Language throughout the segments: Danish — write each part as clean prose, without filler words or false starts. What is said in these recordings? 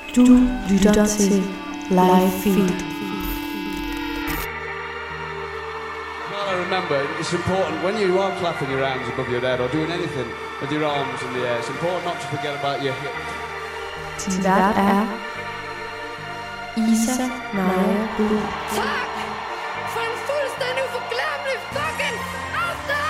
Du lytter til Live Feed. Well, I remember, it's important when you are clapping your hands above your head or doing anything with your arms in the air, it's important not to forget about your hips. Din vært er Isa Naja Blue. Tak for en fuldstændig uforglemmelig fucking aften!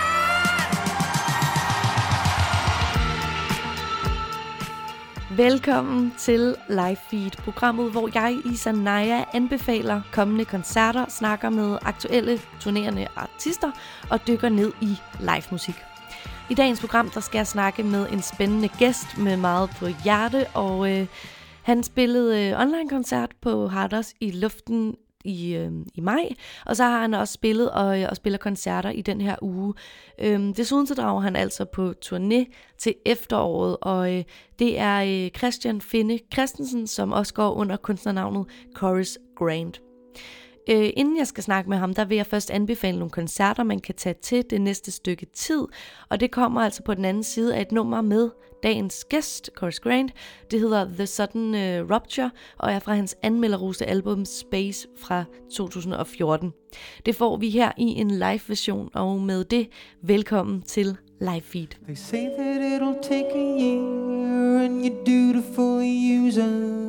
Velkommen til Live Feed, programmet, hvor jeg, Isa Naja, anbefaler kommende koncerter, snakker med aktuelle turnerende artister og dykker ned i livemusik. I dagens program, der skal jeg snakke med en spændende gæst med meget på hjerte, og han spillede online-koncert på Hardus i Luften i maj, og så har han også spillet og spiller koncerter i den her uge. Desuden så drager han altså på turné til efteråret, og det er Christian Finne Christensen, som også går under kunstnernavnet Chorus Grant. Inden jeg skal snakke med ham, der vil jeg først anbefale nogle koncerter, man kan tage til det næste stykke tid, og det kommer altså på den anden side af et nummer med dagens gæst, Chorus Grant. Det hedder The Sudden Rupture, og er fra hans anmelderroste album Space fra 2014. Det får vi her i en live-version, og med det, velkommen til Live Feed. They say that it'll take a year and you're dutiful user.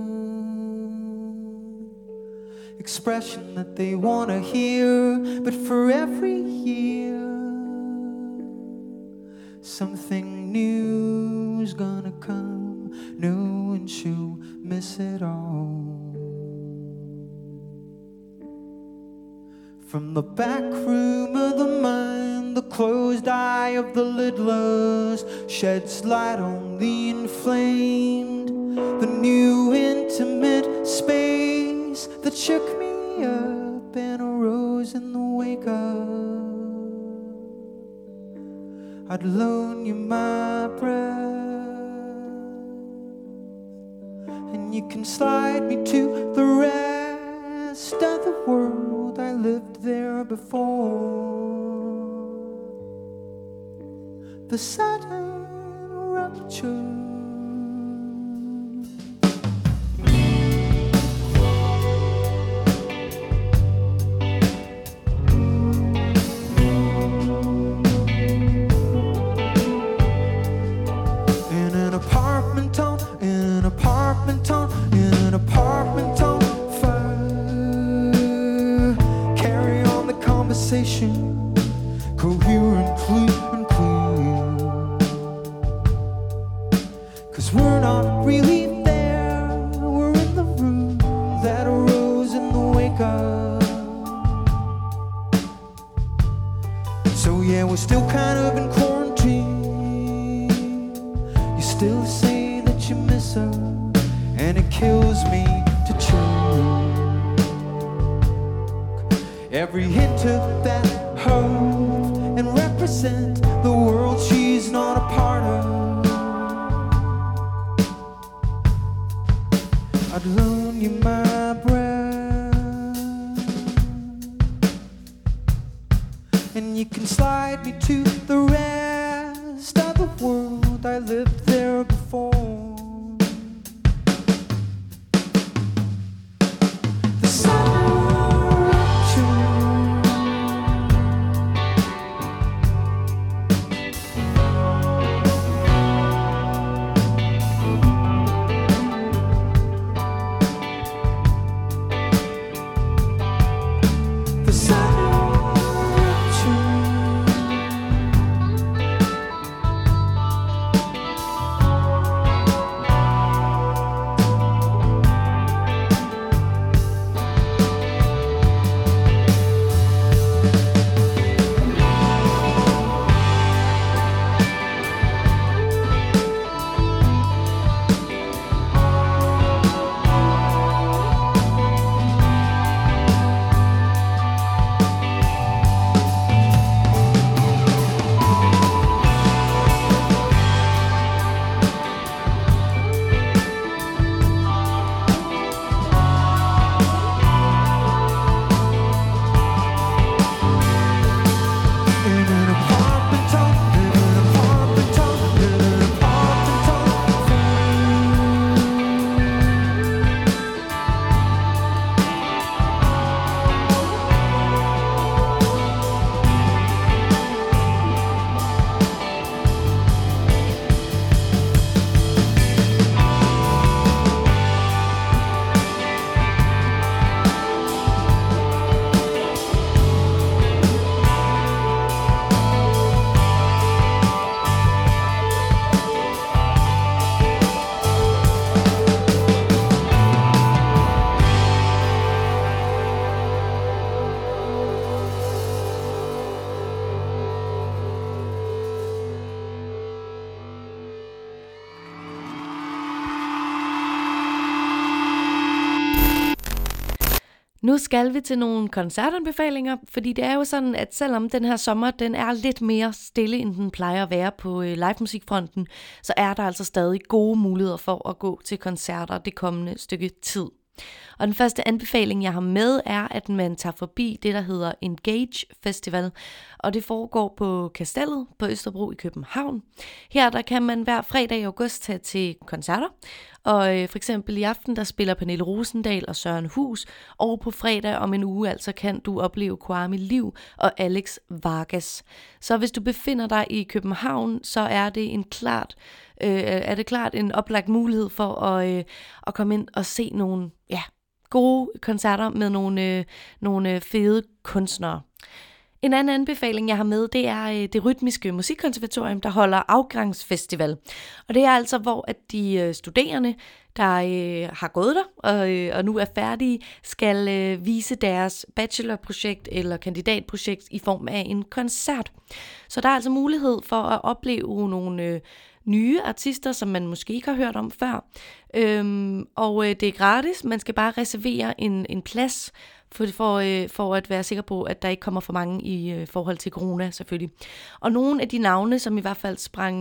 Expression that they wanna hear, but for every year something new's gonna come, new, and she'll miss it all. From the back room of the mind, the closed eye of the lidless sheds light on the inflamed, the new intimate space that shook me up and arose in the wake up. I'd loan you my breath, and you can slide me to the rest of the world. I lived there before. The sudden rupture. Coherent, clear and clear. 'Cause we're not really there. We're in the room that arose in the wake up. So yeah, we're still kind of in quarantine. You still say that you miss her, and it kills me to choke. Every hint of that hope and represent the world she's not a part of. I'd loan you my breath, and you can slide me to the rest of the world. I lived there before. Nu skal vi til nogle koncertanbefalinger, fordi det er jo sådan, at selvom den her sommer den er lidt mere stille, end den plejer at være på livemusikfronten, så er der altså stadig gode muligheder for at gå til koncerter det kommende stykke tid. Og den første anbefaling, jeg har med, er, at man tager forbi det, der hedder Engage Festival, og det foregår på Kastellet på Østerbro i København. Her der kan man hver fredag i august tage til koncerter, og for eksempel i aften, der spiller Pernille Rosendahl og Søren Hus, og på fredag om en uge, altså kan du opleve Kwame Liv og Alex Vargas. Så hvis du befinder dig i København, så er det klart en oplagt mulighed for at komme ind og se nogle gode koncerter med nogle fede kunstnere. En anden anbefaling, jeg har med, det er det Rytmiske Musikkonservatorium, der holder afgangsfestival. Og det er altså, hvor at de studerende, der har gået der og nu er færdige, skal vise deres bachelorprojekt eller kandidatprojekt i form af en koncert. Så der er altså mulighed for at opleve nogle nye artister, som man måske ikke har hørt om før. Og det er gratis. Man skal bare reservere en plads for at være sikker på, at der ikke kommer for mange i forhold til corona selvfølgelig. Og nogle af de navne, som i hvert fald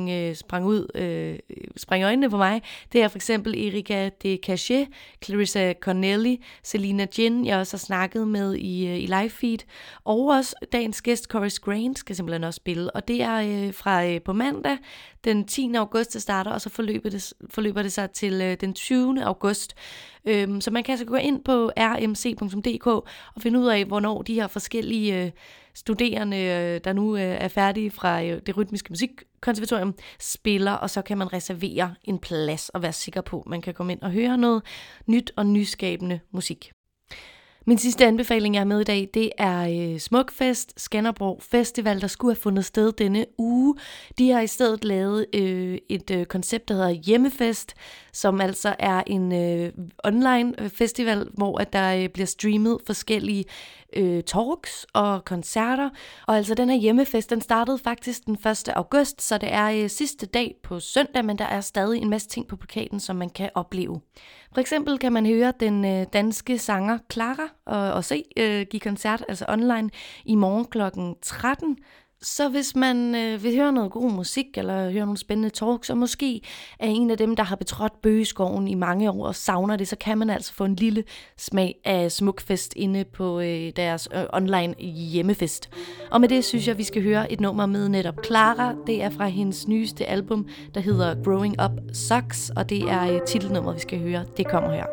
sprang i øjnene på mig, det er for eksempel Erika de Cachet, Clarissa Corneli, Selina Jin, jeg også har snakket med i live feed, og også dagens gæst Corris Grant skal simpelthen også spille, og det er fra på mandag den 10. august, der starter, og så forløber det sig til den 20. august. Så man kan altså gå ind på rmc.dk og finde ud af, hvornår de her forskellige studerende, der nu er færdige fra det Rytmiske Musikkonservatorium, spiller, og så kan man reservere en plads og være sikker på, at man kan komme ind og høre noget nyt og nyskabende musik. Min sidste anbefaling, jeg har med i dag, det er Smukfest Skanderborg Festival, der skulle have fundet sted denne uge. De har i stedet lavet et koncept, der hedder Hjemmefest, som altså er en online festival, hvor at der bliver streamet forskellige talks og koncerter. Og altså den her hjemmefest, den startede faktisk den 1. august, så det er sidste dag på søndag, men der er stadig en masse ting på plakaten, som man kan opleve. For eksempel kan man høre den danske sanger Clara og se give koncert, altså online, i morgen kl. 13. Så hvis man vil høre noget god musik, eller høre nogle spændende talks, og måske er en af dem, der har betrådt Bøgeskoven i mange år og savner det, så kan man altså få en lille smag af Smukfest inde på deres online hjemmefest. Og med det synes jeg, vi skal høre et nummer med netop Clara. Det er fra hendes nyeste album, der hedder Growing Up Sucks, og det er titelnummeret, vi skal høre. Det kommer her.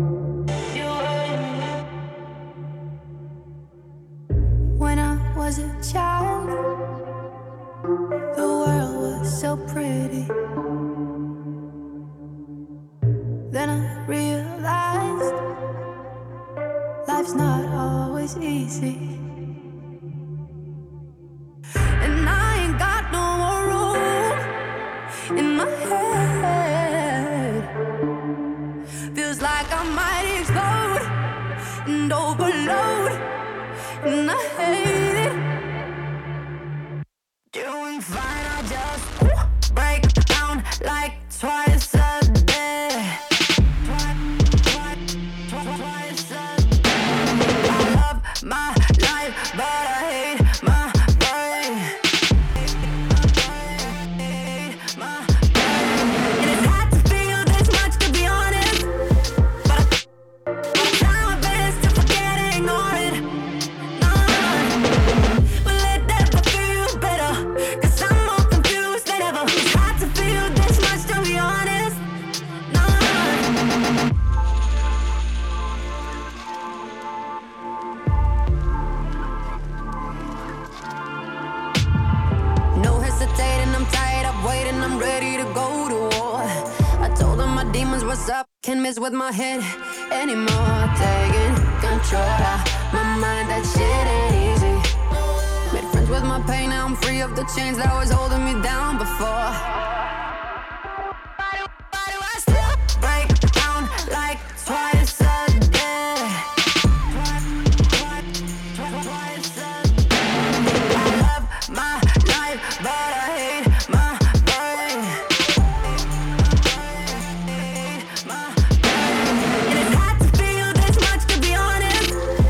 When I was a child, the world was so pretty. Then I realized life's not always easy. And I ain't got no more room in my head. Feels like I might explode and overload. And I hate it. Doing fine, I just break down like twice a day. Twice a day. I love my life, but I hate my brain. And it's hard to feel this much, to be honest, but I try my best to forget and ignore it. I'm ready to go to war. I told them my demons what's up, can't mess with my head anymore. Taking control of my mind, that shit ain't easy. Made friends with my pain, now I'm free of the chains that was holding me down before. Why do I still break down like twice a day? Twice a day. I love my life, but I hate my and it's hard to feel this much, to be honest,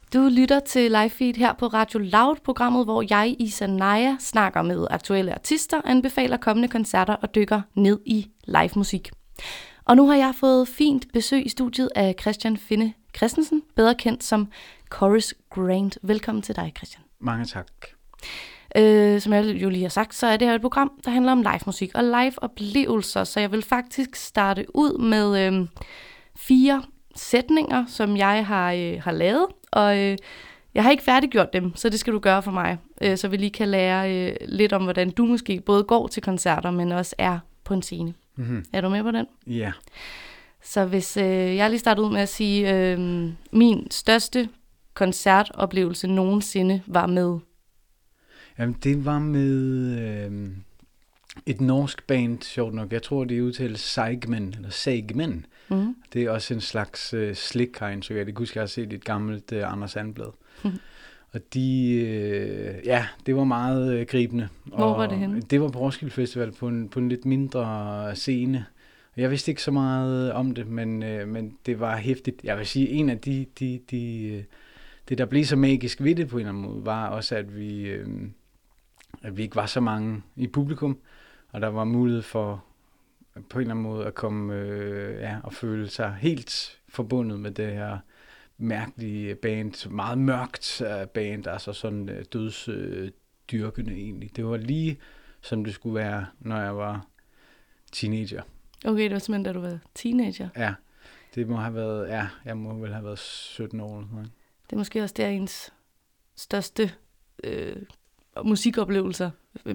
Du lytter til Live Feed her på Radio Loud, programmet, hvor jeg, Isa Naja, snakker med aktuelle artister, anbefaler kommende koncerter og dykker ned i live musik. Og nu har jeg fået fint besøg i studiet af Christian Finne Christensen, bedre kendt som Chorus Grant. Velkommen til dig, Christian. Mange tak. Som jeg jo lige har sagt, så er det her et program, der handler om live musik og live oplevelser, så jeg vil faktisk starte ud med 4 sætninger, som jeg har lavet, og jeg har ikke færdiggjort dem, så det skal du gøre for mig, så vi lige kan lære lidt om, hvordan du måske både går til koncerter, men også er på en scene. Mm-hmm. Er du med på den? Ja. Yeah. Så hvis jeg lige starter ud med at sige, min største koncertoplevelse nogensinde var med... Jamen, det var med et norsk band, sjovt nok. Jeg tror, det udtales Seigmen, eller Seigmen. Mm. Det er også en slags slik, har jeg indtryk af. Det kunne jeg have set i et gammelt Anders Sandblad. Og det var meget gribende. Hvor var det henne? Det var på Roskilde Festival på en lidt mindre scene. Jeg vidste ikke så meget om det, men det var hæftigt. Jeg vil sige, en af det, der blev så magisk ved det på en eller anden måde, var også, at vi ikke var så mange i publikum, og der var mulighed for på en eller anden måde at komme og føle sig helt forbundet med det her mærkelige band, meget mørkt band, altså sådan dødsdyrkende egentlig. Det var lige som det skulle være, når jeg var teenager. Okay, det var simpelthen, da du var teenager? Ja, det må have været, jeg må vel have været 17 år eller sådan. Det er måske også der ens største musikoplevelser.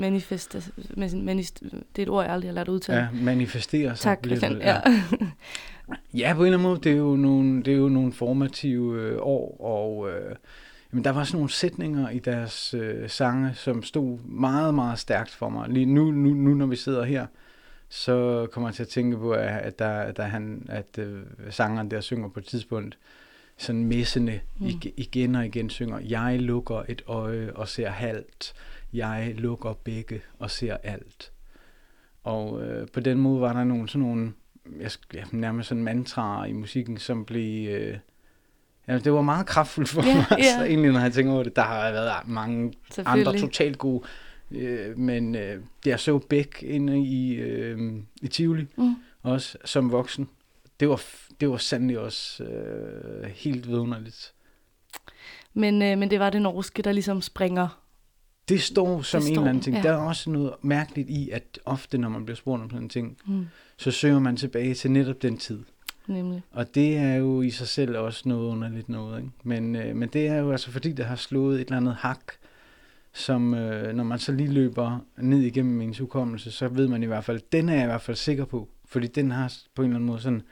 Det er et ord, jeg aldrig har lært at udtale. Ja, manifestere sig. Tak, Christian. Ja. Ja, på en eller anden måde, det er jo nogle formative år, og der var sådan nogle sætninger i deres sange, som stod meget, meget stærkt for mig. Lige nu, når vi sidder her, så kommer jeg til at tænke på, at sangeren der synger på et tidspunkt, sådan messende igen og igen synger, jeg lukker et øje og ser halvt, jeg lukker begge og ser alt. Og på den måde var der nogle nærmest sådan mantraer i musikken, som blev... det var meget kraftfuldt for mig, så egentlig, når jeg tænker over det. Der har været mange andre totalt gode, men jeg så Beck inde i Tivoli, også som voksen. Det var sandelig også helt vidunderligt. Men det var det norske, der ligesom springer. Det står som en eller anden ting. Ja. Der er også noget mærkeligt i, at ofte, når man bliver spurgt om sådan en ting, så søger man tilbage til netop den tid. Nemlig. Og det er jo i sig selv også noget underligt noget, ikke? Men det er jo altså fordi, der har slået et eller andet hak, som når man så lige løber ned igennem ens hukommelse, så ved man i hvert fald, den er jeg i hvert fald sikker på. Fordi den har på en eller anden måde sådan,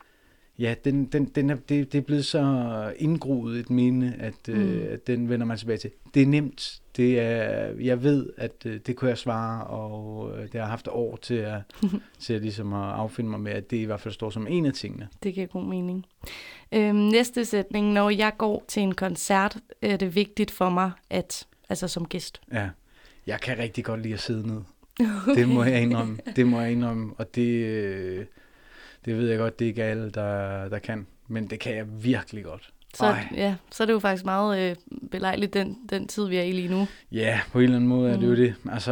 det er blevet så indgroet et minde, at den vender man tilbage til. Det er nemt. Jeg ved, at det kunne jeg svare, og det har jeg haft år til at ligesom at affinde mig med, at det i hvert fald står som en af tingene. Det giver god mening. Næste sætning, når jeg går til en koncert, er det vigtigt for mig, altså som gæst. Ja, jeg kan rigtig godt lide at sidde ned. Okay. Det må jeg indrømme. Og det ved jeg godt, det er ikke alle, der kan. Men det kan jeg virkelig godt. Så er det jo faktisk meget belejligt, den tid, vi er i lige nu. Ja, på en eller anden måde er det jo det. Altså,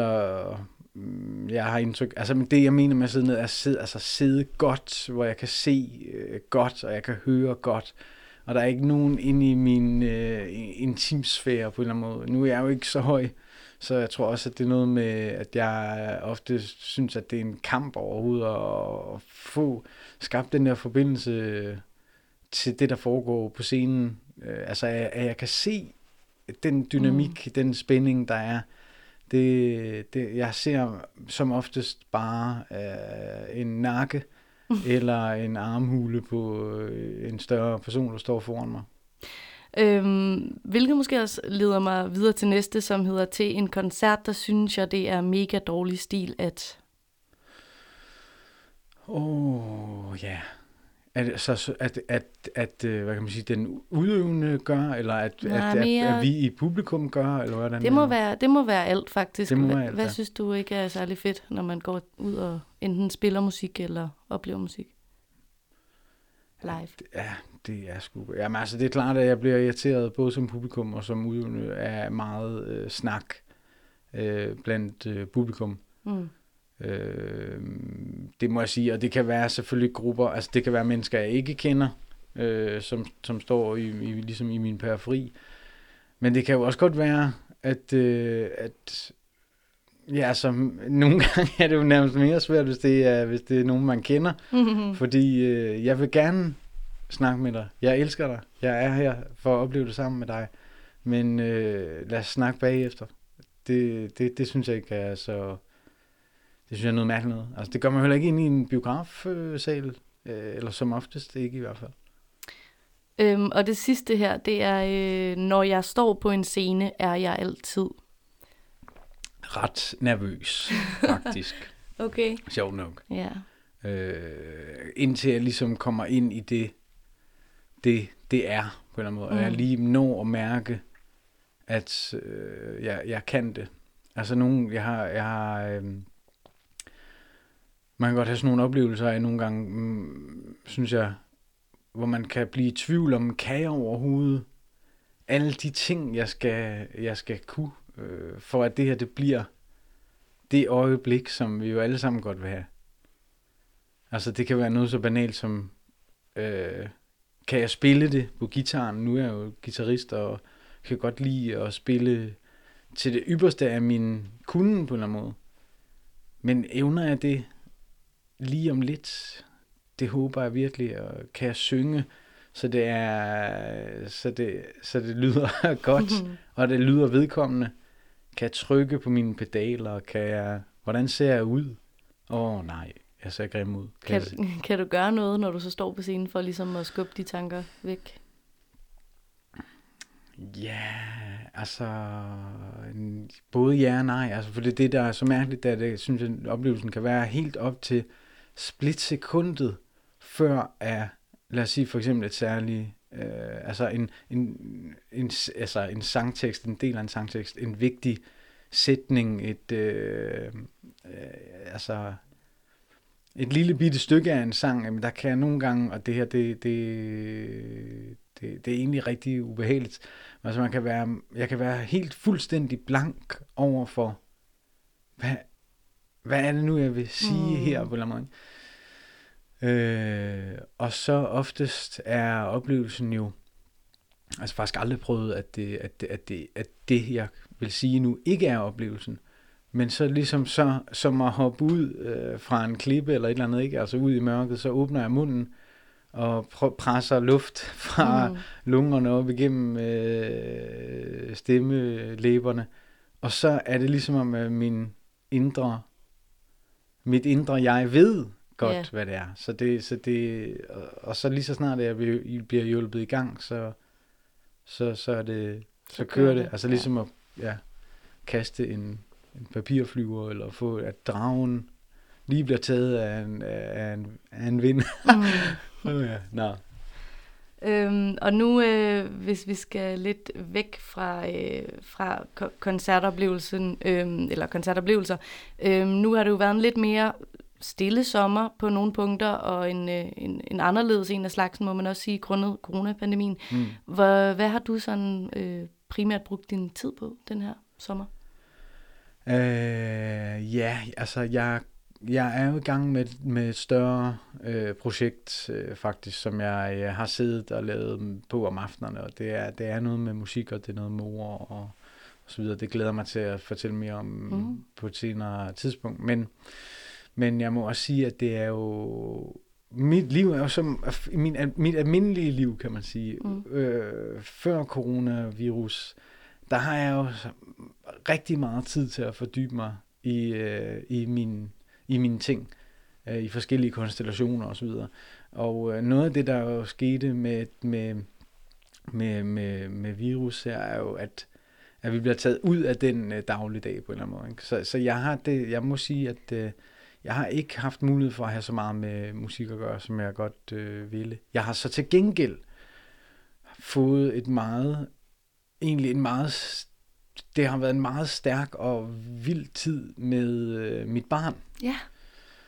jeg har indtryk... Altså, det jeg mener med at sidde ned, er at sidde godt, hvor jeg kan se godt, og jeg kan høre godt. Og der er ikke nogen inde i min intimsfære på en eller anden måde. Nu er jeg jo ikke så høj, så jeg tror også, at det er noget med, at jeg ofte synes, at det er en kamp overhovedet at få skabt den der forbindelse til det, der foregår på scenen. Altså, at jeg kan se den dynamik, den spænding, der er. Jeg ser som oftest bare en nakke eller en armhule på en større person, der står foran mig. Hvilket måske også leder mig videre til næste, som hedder til en koncert, der synes jeg, det er mega dårlig stil at... Ja. At hvad kan man sige, den udøvende gør, eller at vi i publikum gør, eller hvordan? Det må være alt, faktisk. Alt, hvad synes du ikke er særlig fedt, når man går ud og enten spiller musik eller oplever musik? live? Ja, det er sgu... Jamen altså, det er klart, at jeg bliver irriteret både som publikum og som udøvende af meget snak blandt publikum. Det må jeg sige, og det kan være selvfølgelig grupper, altså det kan være mennesker, jeg ikke kender, som står ligesom i min periferi. Men det kan jo også godt være, at ja, altså, nogle gange er det jo nærmest mere svært, hvis det er nogen, man kender. Fordi jeg vil gerne snakke med dig. Jeg elsker dig. Jeg er her for at opleve det sammen med dig. Men lad os snakke bagefter. Det synes jeg ikke er så... Det synes jeg er noget mærkeligt noget. Altså, det gør man heller ikke ind i en biografsal, eller som oftest ikke i hvert fald. Og det sidste her, det er, når jeg står på en scene, er jeg altid... Ret nervøs, faktisk. Okay. Sjovt nok. Ja. Indtil jeg ligesom kommer ind i det er, på en eller anden måde. Og jeg lige når at mærke, at jeg kan det. Altså jeg har man kan godt have sådan nogle oplevelser af nogle gange, synes jeg, hvor man kan blive i tvivl om, kan jeg overhovedet alle de ting, jeg skal kunne, for at det her, det bliver det øjeblik, som vi jo alle sammen godt vil have. Altså det kan være noget så banalt som, kan jeg spille det på gitaren? Nu er jeg jo guitarist og kan godt lide at spille til det ypperste af min kunde på en eller anden måde. Men evner jeg det lige om lidt? Det håber jeg virkelig. Og kan jeg synge, så det lyder godt, og det lyder vedkommende? Kan jeg trykke på mine pedaler? Hvordan ser jeg ud? Nej, jeg ser grim ud. Kan du gøre noget, når du så står på scenen, for ligesom at skubbe de tanker væk? Ja, altså både ja og nej. Altså, for det der er så mærkeligt, at jeg synes, at oplevelsen kan være helt op til splitsekundet før af, lad os sige for eksempel et særligt, altså en sangtekst, en del af en sangtekst, en vigtig sætning, altså et lille bitte stykke af en sang, jamen der kan jeg nogle gange, og det her, det er egentlig rigtig ubehageligt. Altså jeg kan være helt fuldstændig blank over for, hvad er det nu, jeg vil sige her på en eller anden måde. Og så oftest er oplevelsen jo, altså faktisk aldrig prøvet, at det jeg vil sige nu, ikke er oplevelsen. Men så ligesom som at hoppe ud fra en klippe eller et eller andet, ikke? Altså ud i mørket, så åbner jeg munden og presser luft fra lungerne op igennem stemmelæberne. Og så er det ligesom om mit indre jeg ved godt, hvad det er. Og så lige så snart jeg bliver hjulpet i gang, så kører det. Altså ligesom at kaste en papirflyver, eller få, at dragen lige bliver taget af en vind. Og nu, hvis vi skal lidt væk fra koncertoplevelsen, eller koncertoplevelser, nu har det jo været en lidt mere stille sommer på nogle punkter, og en anderledes en af slagsen, må man også sige, grundet coronapandemien. Hvad har du sådan primært brugt din tid på den her sommer? Altså jeg er jo i gang med et større projekt faktisk, som jeg har siddet og lavet på om aftenerne, og det er noget med musik, og det er noget med ord og så videre. Det glæder mig til at fortælle mere om på et senere tidspunkt. Men jeg må også sige, at det er jo... Mit liv er jo som mit almindelige liv, kan man sige. Før coronavirus, der har jeg jo rigtig meget tid til at fordybe mig i mine ting, i forskellige konstellationer osv. Og noget af det, der jo skete med virus her, er jo, at vi bliver taget ud af den dagligdag på en eller anden måde. Ikke? Så jeg må sige, at jeg har ikke haft mulighed for at have så meget med musik at gøre, som jeg godt ville. Jeg har så til gengæld fået det har været en meget stærk og vild tid med mit barn. Ja.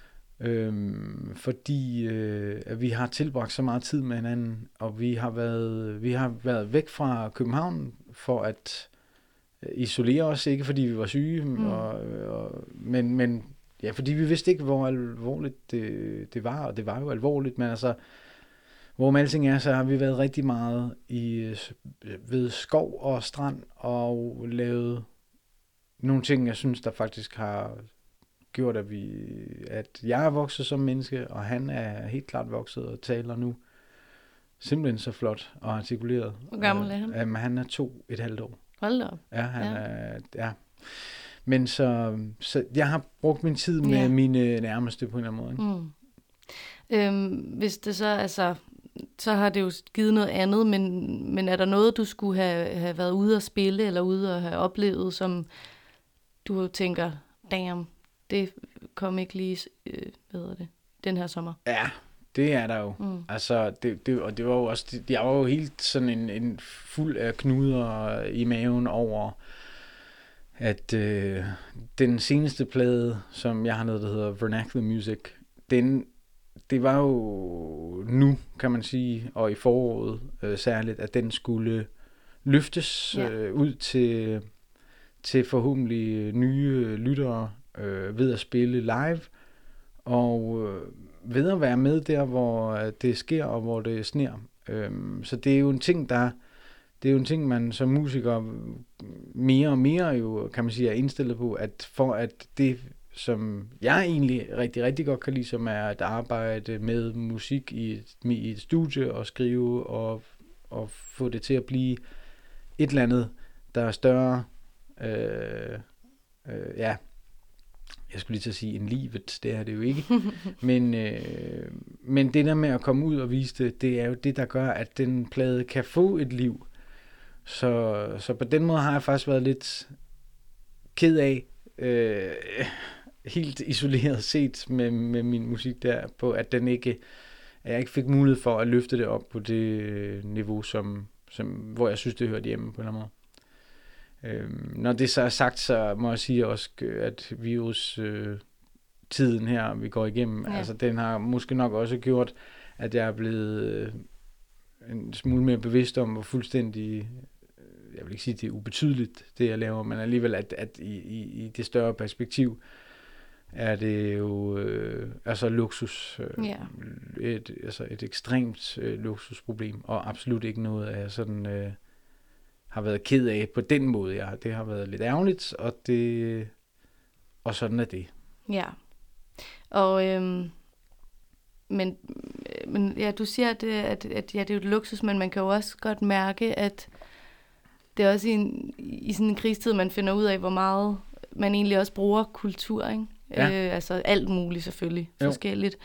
Fordi at vi har tilbragt så meget tid med hinanden, og vi har været væk fra København for at isolere os, ikke fordi vi var syge, men ja, fordi vi vidste ikke, hvor alvorligt det var, og det var jo alvorligt, men altså, hvorom alting er, så har vi været rigtig meget ved skov og strand, og lavet nogle ting, jeg synes, der faktisk har gjort, at jeg er vokset som menneske, og han er helt klart vokset og taler nu simpelthen så flot og artikuleret. Hvor gammel er han? Han er 2,5 år. Hold da op. Ja, han er, ja. Men så jeg har brugt min tid med mine nærmeste på en eller anden måde. Hvis det så, altså, så har det jo givet noget andet, men er der noget, du skulle have været ude at spille, eller ude at have oplevet, som du tænker, damn, det kom ikke lige, den her sommer? Ja, det er der jo. Altså, og det var jo også, jeg var jo helt sådan en fuld af knuder i maven over, at den seneste plade, som jeg har noget, der hedder Vernacular Music, det var jo nu, kan man sige, og i foråret særligt, at den skulle løftes ud til forhåbentlig nye lyttere ved at spille live, og ved at være med der, hvor det sker, og hvor det sner. Så det er jo en ting, man som musiker mere og mere jo, kan man sige, er indstillet på, at for at det, som jeg egentlig rigtig, rigtig godt kan lide, som er at arbejde med musik i et studie og skrive og få det til at blive et eller andet, der er større, jeg skulle lige til at sige en livet, det er det jo ikke, men det der med at komme ud og vise det er jo det, der gør, at den plade kan få et liv. Så på den måde har jeg faktisk været lidt ked af, helt isoleret set med min musik der, på at jeg ikke fik mulighed for at løfte det op på det niveau, hvor jeg synes, det hørte hjemme på en eller anden måde. Når det så er sagt, så må jeg sige også, at virus-tiden her, vi går igennem, altså den har måske nok også gjort, at jeg er blevet en smule mere bevidst om, hvor fuldstændig, jeg vil ikke sige, det er ubetydeligt, det jeg laver, men alligevel, at i det større perspektiv, er det jo altså luksus, et ekstremt luksusproblem, og absolut ikke noget af sådan har været ked af på den måde. Det har været lidt ærgerligt, og sådan er det. Ja. Og men ja, du siger, at det er jo et luksus, men man kan jo også godt mærke, at det er også i sådan en krigstid, man finder ud af, hvor meget man egentlig også bruger kultur, ikke? Ja. Altså alt muligt selvfølgelig, forskelligt.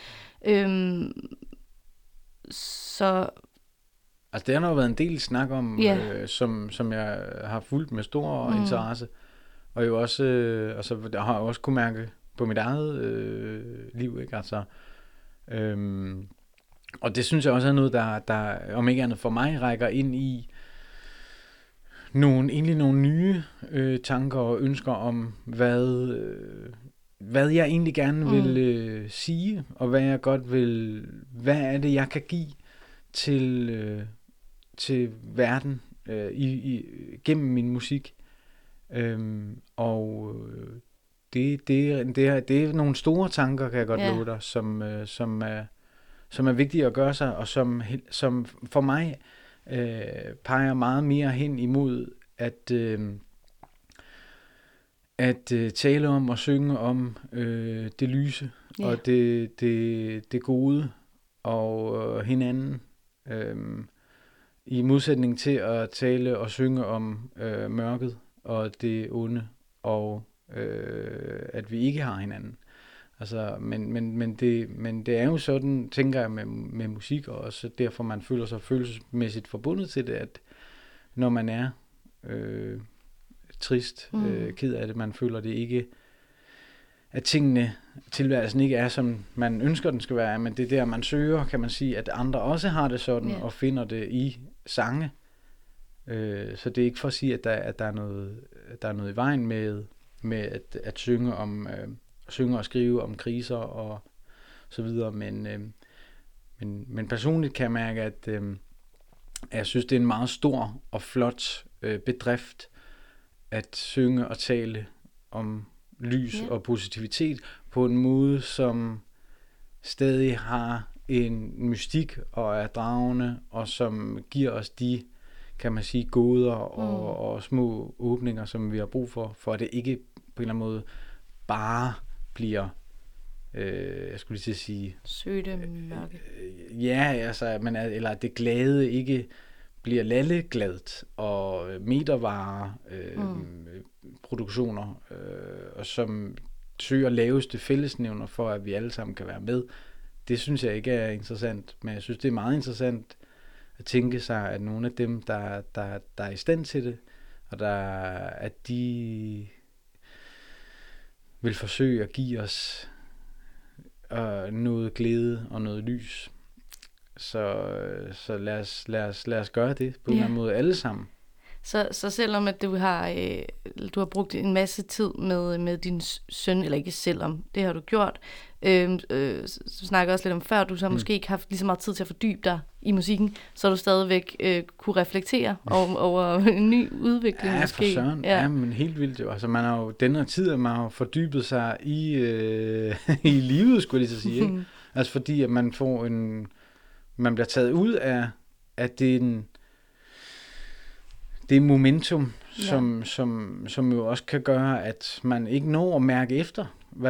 Så altså det har jo været en del snak om, som jeg har fulgt med stor interesse, og jo også, jeg har også kunne mærke på mit eget liv, ikke? Altså, og det synes jeg også er noget, der om ikke andet for mig rækker ind i nogle nye tanker og ønsker om, hvad jeg egentlig gerne vil sige, og hvad er det, jeg kan give til verden gennem min musik. Og det er nogle store tanker, kan jeg godt love dig, som er vigtige at gøre sig, og som for mig peger meget mere hen imod at tale om og synge om det lyse og det gode og hinanden, i modsætning til at tale og synge om mørket og det onde, og at vi ikke har hinanden. Altså, men det er jo sådan, tænker jeg, med musik, og også derfor man føler sig følelsesmæssigt forbundet til det, at når man er trist, ked af det, man føler det ikke, at tilværelsen ikke er, som man ønsker, den skal være, men det er der, man søger, kan man sige, at andre også har det sådan, og finder det i sange. Så det er ikke for at sige, at der er noget i vejen med at synge og skrive om kriser så videre, men personligt kan jeg mærke, at jeg synes, det er en meget stor og flot bedrift at synge og tale om lys og positivitet på en måde, som stadig har en mystik og er dragende, og som giver os de, kan man sige, goder og små åbninger, som vi har brug for at det ikke på en eller anden måde bare bliver, jeg skulle lige til at sige... Søde mørke. Eller at det glade ikke bliver lallegladt og metervare produktioner, og som søger laveste fællesnævner for, at vi alle sammen kan være med. Det synes jeg ikke er interessant, men jeg synes, det er meget interessant at tænke sig, at nogle af dem, der er i stand til det, og at de vil forsøge at give os noget glæde og noget lys. Så lad os gøre det på en eller anden måde alle sammen. Så selvom at du har brugt en masse tid med din søn, eller ikke selvom, det har du gjort, så snakker også lidt om før, du så måske ikke haft lige så meget tid til at fordybe dig i musikken, så du stadigvæk kunne reflektere over en ny udvikling måske. For søren. Ja, men helt vildt jo. Altså man har jo den her tid, at man har fordybet sig i livet, skulle jeg lige så sige. Ikke? Altså fordi at man får man bliver taget ud af det momentum, som jo også kan gøre, at man ikke når at mærke efter,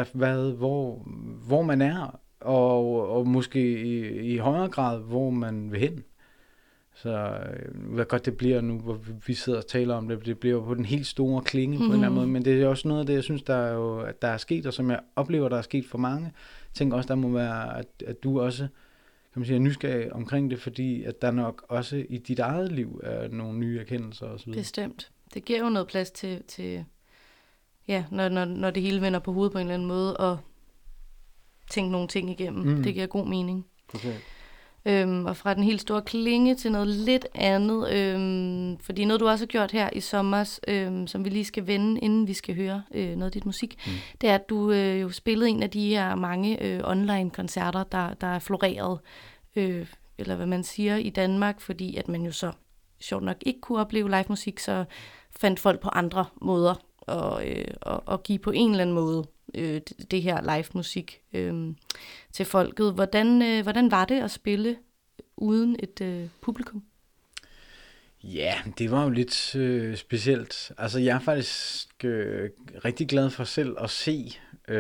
hvor man er, og måske i højere grad, hvor man vil hen. Så hvad godt det bliver nu, hvor vi sidder og taler om det, det bliver jo på den helt store klinge på en eller anden måde, men det er også noget af det, jeg synes, der er sket, og som jeg oplever, der er sket for mange. Jeg tænker også, der må være, at du også kan man sige, er nysgerrig omkring det, fordi at der nok også i dit eget liv er nogle nye erkendelser osv. Bestemt. Det giver jo noget plads til når det hele vender på hovedet på en eller anden måde, og tænke nogle ting igennem. Det giver god mening. Okay. Og fra den helt store klinge til noget lidt andet, fordi noget du også har gjort her i sommer, som vi lige skal vende, inden vi skal høre noget af dit musik, det er, at du jo spillede en af de her mange online-koncerter, der er floreret, eller hvad man siger, i Danmark, fordi at man jo så sjovt nok ikke kunne opleve live musik, så fandt folk på andre måder og give på en eller anden måde det her live musik til folket. Hvordan var det at spille uden et publikum? Ja, det var jo lidt specielt. Altså jeg er faktisk rigtig glad for selv at se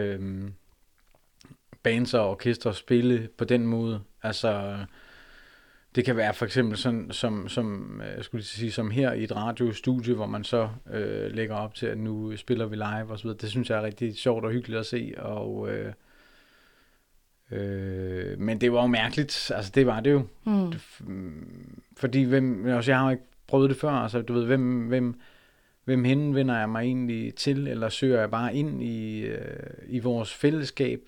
bands og orkester spille på den måde. Altså det kan være for eksempel sådan, som jeg skulle sige, som her i et radiostudie, hvor man så lægger op til, at nu spiller vi live og så videre. Det synes jeg er rigtig sjovt og hyggeligt at se, og men det var jo mærkeligt, altså det var det jo. Fordi jeg har jo ikke prøvet det før, altså du ved, hvem henvender jeg mig egentlig til, eller søger jeg bare ind i vores fællesskab?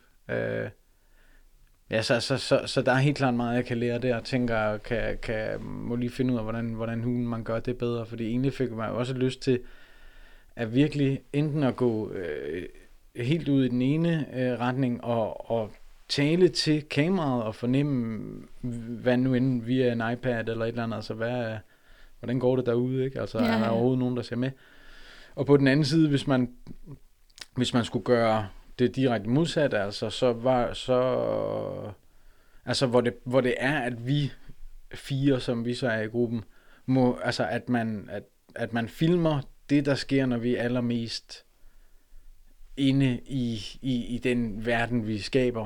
Ja, så der er helt klart meget, jeg kan lære der, og tænker, må lige finde ud af, hvordan man gør det bedre, fordi egentlig fik man jo også lyst til at virkelig enten at gå helt ud i den ene retning, og tale til kameraet og fornemme, hvad nu end via en iPad eller et eller andet, altså hvordan går det derude, ikke? Altså er der overhovedet nogen, der ser med? Og på den anden side, hvis man skulle gøre det direkte modsatte, altså hvor det er, at vi fire, som vi så er i gruppen, må, altså at man filmer det, der sker, når vi er allermest inde i den verden, vi skaber.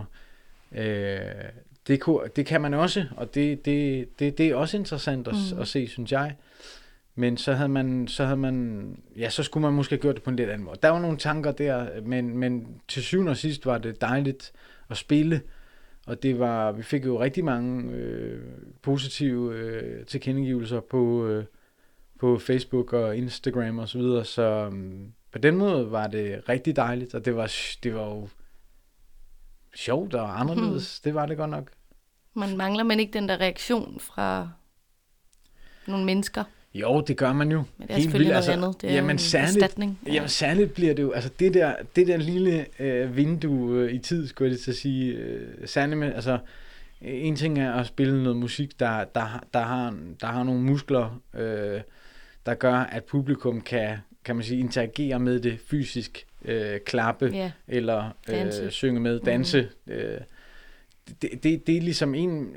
Det kan man også, og det er også interessant at se, synes jeg. Men så havde man, så skulle man måske have gjort det på en lidt anden måde. Der var nogle tanker der, men til syvende og sidst var det dejligt at spille, og vi fik jo rigtig mange positive tilkendegivelser på Facebook og Instagram og så videre, så på den måde var det rigtig dejligt, og det var jo sjovt og anderledes. Det var det godt nok. Man mangler ikke den der reaktion fra nogle mennesker? Jo, det gør man jo. Men det er selvfølgelig noget andet. Det er jamen, en særligt, erstatning. Ja. Jamen særligt bliver det jo, altså det der lille vindue i tid, skulle jeg til at sige, særligt med, altså en ting er at spille noget musik, der har nogle muskler, der gør, at publikum kan man sige, interagere med det fysisk, klappe, eller synge med, danse. Det er ligesom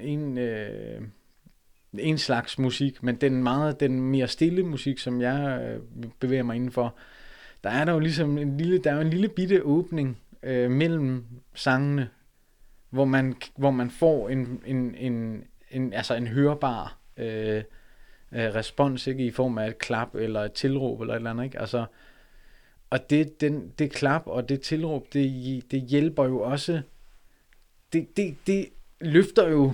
en slags musik, men den mere stille musik, som jeg bevæger mig indenfor, der er der jo ligesom en lille bitte åbning mellem sangene, hvor man får en hørbar respons, ikke, i form af et klap eller et tilråb eller et eller andet, ikke? Altså, og det klap og det tilråb, det hjælper jo også, det løfter jo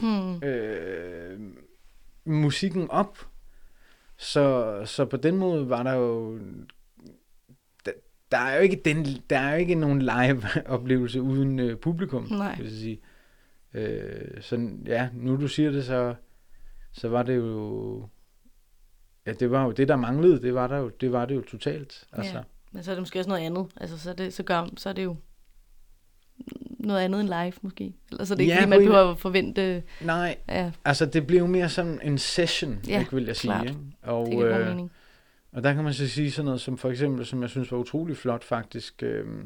musikken op, så på den måde var der jo, der er jo ikke nogen live oplevelse uden publikum. Nej. Vil jeg sige. Så ja, nu du siger det, så var det jo, ja, det var jo det, der manglede. Det var det jo totalt. Altså. Ja, men så er det måske også noget andet. Altså så er det jo noget andet end live måske. Eller så er det ikke, fordi man behøver at forvente. Nej, altså det blev jo mere sådan en session, ikke, vil jeg sige. Klart. Ikke? Og, det giver god mening. Og der kan man så sige sådan noget som for eksempel, som jeg synes var utrolig flot faktisk.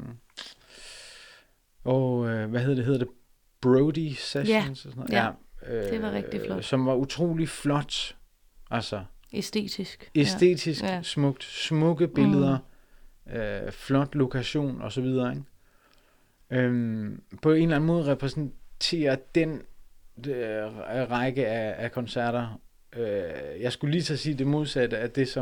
Hvad hedder det? Brody Sessions. Ja, og sådan noget. Ja, det var rigtig flot. Som var utrolig flot. Altså æstetisk, smukt, smukke billeder, flot lokation og så videre, ikke? På en eller anden måde repræsenterer den række af koncerter, jeg skulle lige til at sige det modsatte af det,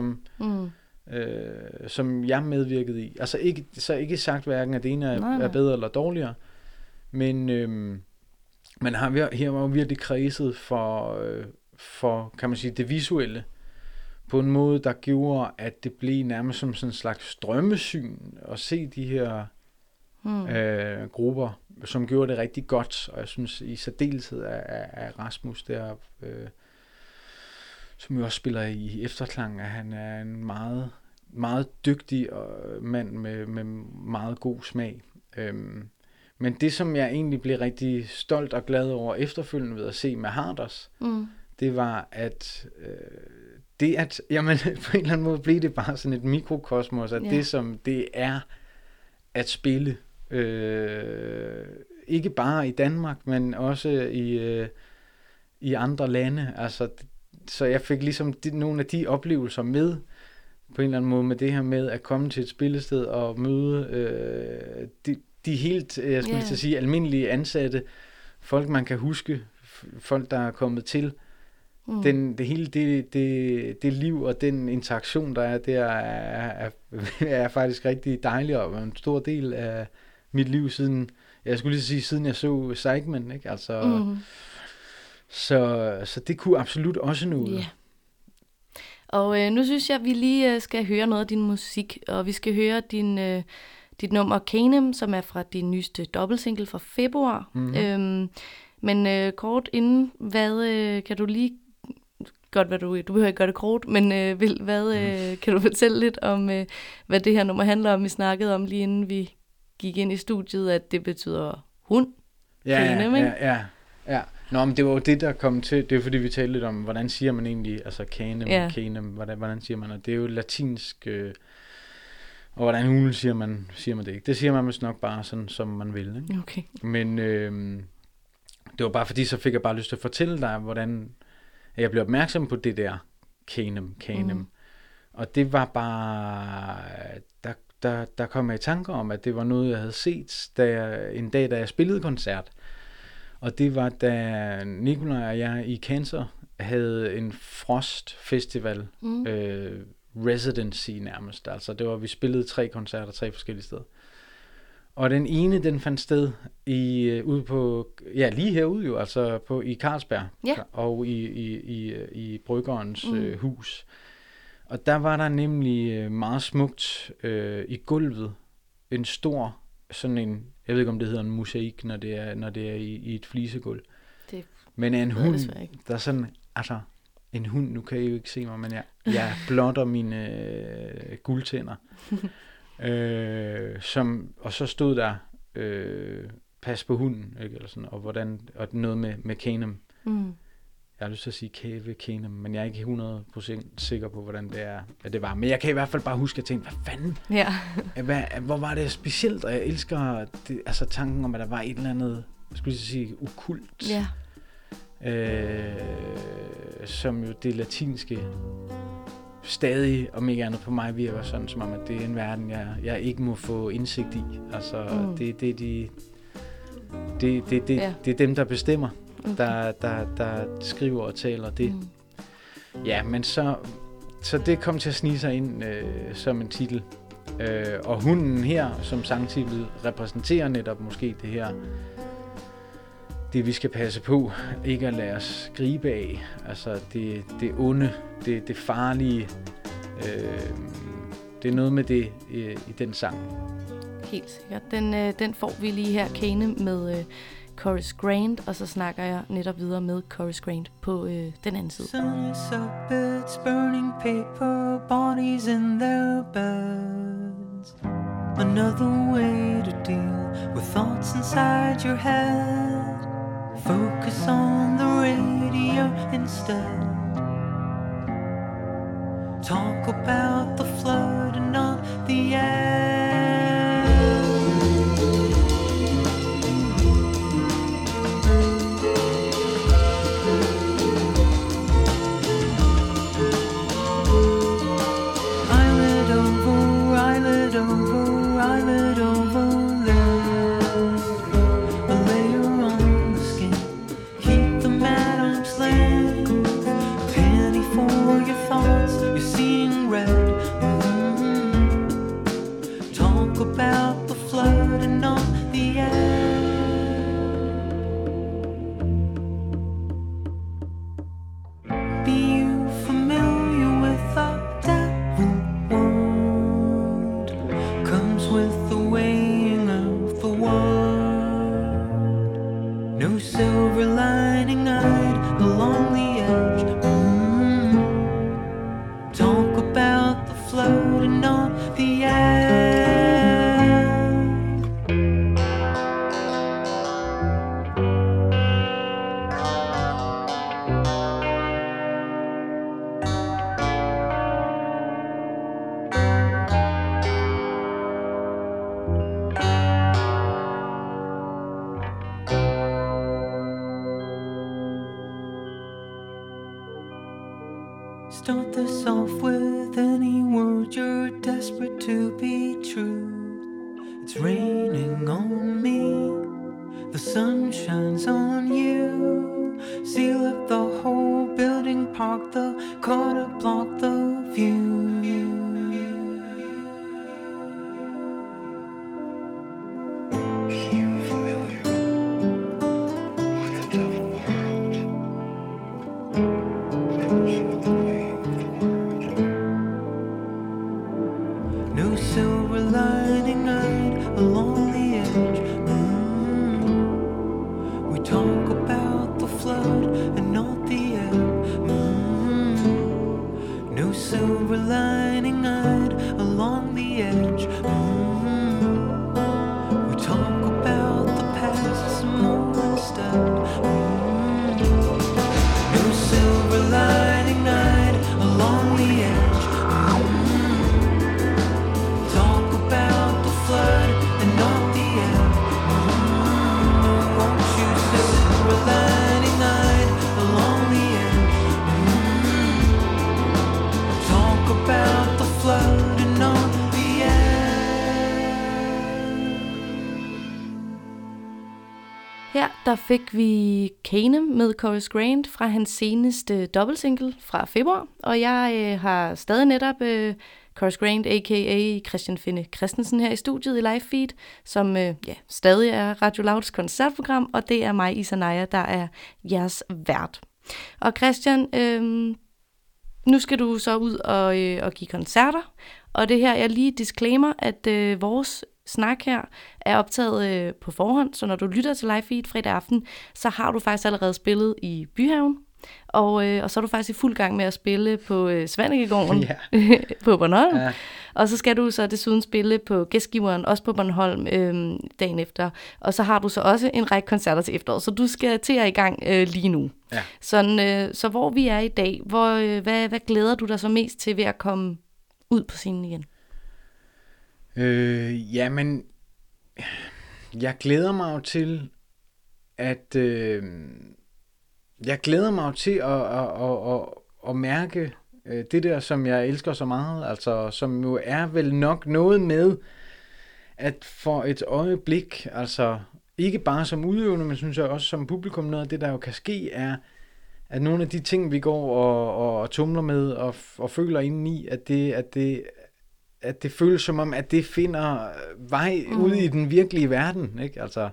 som jeg medvirkede i. Altså ikke sagt hverken, at det ene er bedre eller dårligere, men man har her var jo virkelig kredset for, kan man sige, det visuelle, på en måde, der gjorde, at det blev nærmest som sådan en slags drømmesyn at se de her grupper, som gjorde det rigtig godt, og jeg synes i særdeleshed af Rasmus der, som jo også spiller i Efterklang, at han er en meget, meget dygtig mand med meget god smag. Men det, som jeg egentlig blev rigtig stolt og glad over efterfølgende ved at se med Harders, det var, at jamen, på en eller anden måde blev det bare sådan et mikrokosmos, at det, som det er at spille, ikke bare i Danmark, men også i andre lande. Altså, så jeg fik ligesom nogle af de oplevelser med, på en eller anden måde, med det her med at komme til et spillested og møde de helt, jeg skulle lige til at sige, almindelige ansatte, folk man kan huske, folk der er kommet til. Det hele det liv og den interaktion, der er der, er faktisk rigtig dejlig, og en stor del af mit liv siden, jeg skulle lige sige, siden jeg så Seigman, ikke? Altså, så det kunne absolut også noget. Yeah. Og nu synes jeg, at vi lige skal høre noget af din musik, og vi skal høre dit nummer Kanem, som er fra din nyeste dobbeltsingle fra februar. Men kort inden, kan du lige, godt hvad du behøver ikke gøre det kort, men kan du fortælle lidt om, hvad det her nummer handler om? Vi snakkede om lige inden vi gik ind i studiet, at det betyder hund. Kanem, ikke? Ja. Nå, men det var jo det, der kom til. Det er fordi, vi talte lidt om, hvordan siger man egentlig, altså kanem, hvordan siger man, og det er jo latinsk, og hvordan hulen siger man det ikke. Det siger man vist nok bare sådan, som man vil, ikke? Okay. Men det var bare fordi, så fik jeg bare lyst til at fortælle dig, hvordan jeg blev opmærksom på det der kanem. Og det var bare, der kom jeg i tanker om, at det var noget, jeg havde set en dag, da jeg spillede koncert. Og det var, da Nikolaj og jeg i Cancer havde en Frost Festival residency nærmest. Altså det var, vi spillede 3 koncerter 3 forskellige steder. Og den ene, den fandt sted ude på, lige herude jo, altså i Carlsberg, og i Bryggerens hus. Og der var der nemlig meget smukt i gulvet en stor, sådan en, jeg ved ikke om det hedder en mosaik, når det er i et flisegulv. Men en hund, der sådan, altså en hund. Nu kan I jo ikke se mig, men jeg blotter mine guldtænder. Og så stod der, pas på hunden, ikke? Eller sådan, og noget med Kanem. Jeg har lyst til at sige Cave Kanem, men jeg er ikke 100% sikker på, hvordan det er, at det var. Men jeg kan i hvert fald bare huske, at jeg tænkte, hvad fanden? Ja. Hvor var det specielt, og jeg elsker det, altså tanken om, at der var et eller andet, skulle jeg sige, okkult. Ja. Som jo det latinske stadig, om ikke andet på mig, virker sådan, som om, at det er en verden, jeg ikke må få indsigt i. Altså, det er dem, der bestemmer, der skriver og taler det. Ja, men så det kom til at snige sig ind som en titel. Og hunden her, som sangtitel, repræsenterer netop måske det her, det vi skal passe på, ikke at lade os gribe af. Altså det onde, det farlige. Det er noget med det i den sang. Helt sikkert. Den får vi lige her, Kane, med Chorus Grant, og så snakker jeg netop videre med Chorus Grant på den anden side. Sun's up, it's burning paper, bodies in their beds. Another way to deal with thoughts inside your head. Focus on the radio instead. Talk about the flood and not the end. Islet over, islet over, islet over there. A layer on the skin, keep them at arm's length. Penny for your thoughts, you're seeing red. Talk about the flood and not the end. Be you familiar with the devil word? Comes with the weighing of the word. No silver lining eyed along the edge. Talk about the flood and not the end. Start this off with any word you're desperate to be true. It's raining on me, the sun shines on you. Seal up the whole building, park the car to block the view. No silver lining eyed along the edge. We talk about the flood and not the ebb. No silver lining eyed along the edge. We talk about the past some more instead. No silver lining eyed along the edge. Talk about the flood and not the end. Won't you silver lining eyed along the edge? Talk about the flood and not the end. Her der fik vi Kane med Chorus Grant fra hans seneste dobbeltsingle fra februar, og jeg har stadig netop Chorus Grant, a.k.a. Christian Finne Christensen her i studiet i Live Feed, som stadig er Radio Louds koncertprogram, og det er mig, Isa Naja, der er jeres vært. Og Christian, nu skal du så ud og give koncerter, og det her, jeg lige disclaimer, at vores snak her er optaget på forhånd, så når du lytter til Live Feed fredag aften, så har du faktisk allerede spillet i Byhaven Og så er du faktisk i fuld gang med at spille på Svanekegården Ja. på Bornholm. Ja. Og så skal du så desuden spille på gæstgiveren, også på Bornholm dagen efter. Og så har du så også en række koncerter til efteråret, så du skal til at i gang lige nu. Ja. Sådan, så hvor vi er i dag, hvad glæder du dig så mest til ved at komme ud på scenen igen? Jamen, jeg glæder mig jo til, at at mærke det der, som jeg elsker så meget, altså som jo er vel nok noget med, at for et øjeblik, altså ikke bare som udøvende, men synes jeg også som publikum, noget af det, der jo kan ske, er, at nogle af de ting, vi går og tumler med og føler indeni, at det føles som om, at det finder vej ud i den virkelige verden, ikke? Altså,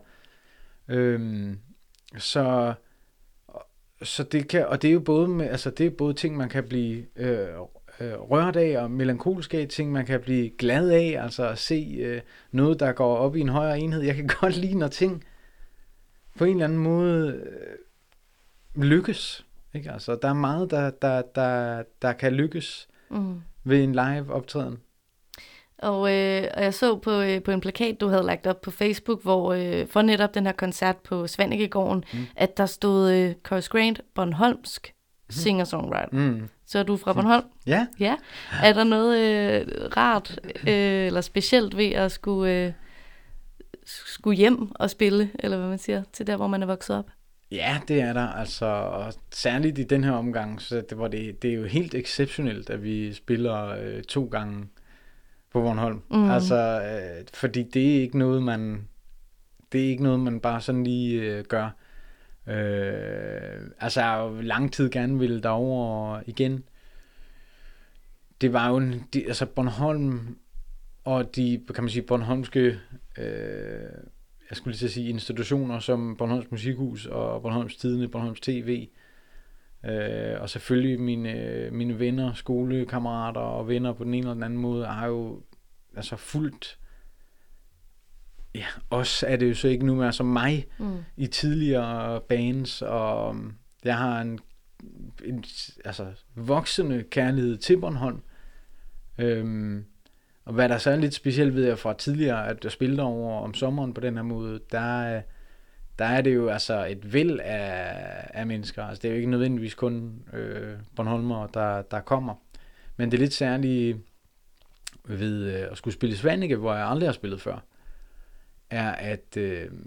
så det kan, og det er jo både med, altså det er både ting, man kan blive rørt af og melankolsk af, ting man kan blive glad af, altså at se noget, der går op i en højere enhed. Jeg kan godt lide, når ting på en eller anden måde lykkes, ikke? Altså der er meget, der kan lykkes ved en live optræden. Og jeg så på en plakat, du havde lagt op på Facebook, hvor for netop den her koncert på Svanekegården, at der stod Chris Grant, Bornholmsk singer-songwriter. Så er du fra Bornholm? Ja. Ja. Er der noget rart eller specielt ved at skulle hjem og spille, eller hvad man siger, til der, hvor man er vokset op? Ja, det er der, altså, og særligt i den her omgang, så det er jo helt exceptionelt, at vi spiller 2 gange på Bornholm. Altså, fordi det er ikke noget, man bare sådan lige gør. Altså, jeg har jo lang tid gerne ville derover igen. Det var jo altså Bornholm og de, kan man sige, bornholmske jeg skulle lige til at sige institutioner som Bornholms Musikhus og Bornholms Tidende, Bornholms TV, og selvfølgelig mine venner, skolekammerater og venner på den ene eller den anden måde har jo altså fuldt. Ja, også er det jo så ikke nu mere som mig i tidligere bands, og jeg har en altså voksende kærlighed til Bornholm. Og hvad der så er lidt specielt ved jeg fra tidligere, at jeg spillede over om sommeren på den her måde, der er det jo altså et væld af mennesker. Altså det er jo ikke nødvendigvis kun Bornholmer, der kommer. Men det er lidt særligt ved at skulle spille i Svaneke, hvor jeg aldrig har spillet før, er at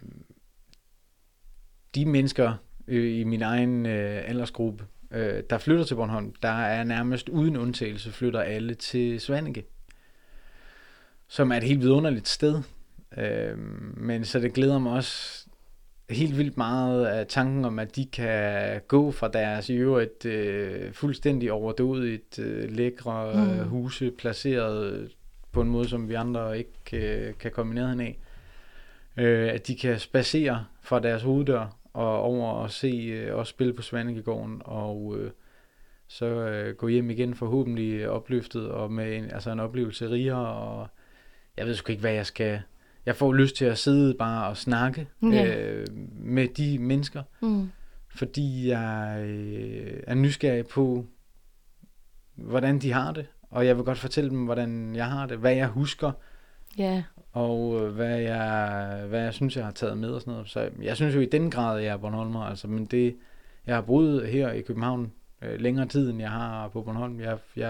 de mennesker i min egen aldersgruppe, der flytter til Bornholm, der er nærmest uden undtagelse flytter alle til Svaneke, som er et helt vidunderligt sted. Men så det glæder mig også helt vildt meget af tanken om, at de kan gå fra deres i øvrigt fuldstændig overdådigt lækre huse, placeret på en måde, som vi andre ikke kan komme i nærheden af. At de kan spacere fra deres hoveddør og over og se os spille på Svanekegården, og så gå hjem igen forhåbentlig opløftet og med en oplevelse rigere, og jeg ved sgu ikke, hvad jeg skal. Jeg får lyst til at sidde bare og snakke med de mennesker, fordi jeg er nysgerrig på, hvordan de har det, og jeg vil godt fortælle dem, hvordan jeg har det, hvad jeg husker, og hvad jeg synes, jeg har taget med og sådan noget. Så jeg synes jo i den grad, jeg er Bornholmer, altså, men det, jeg har boet her i København længere tid, end jeg har på Bornholm.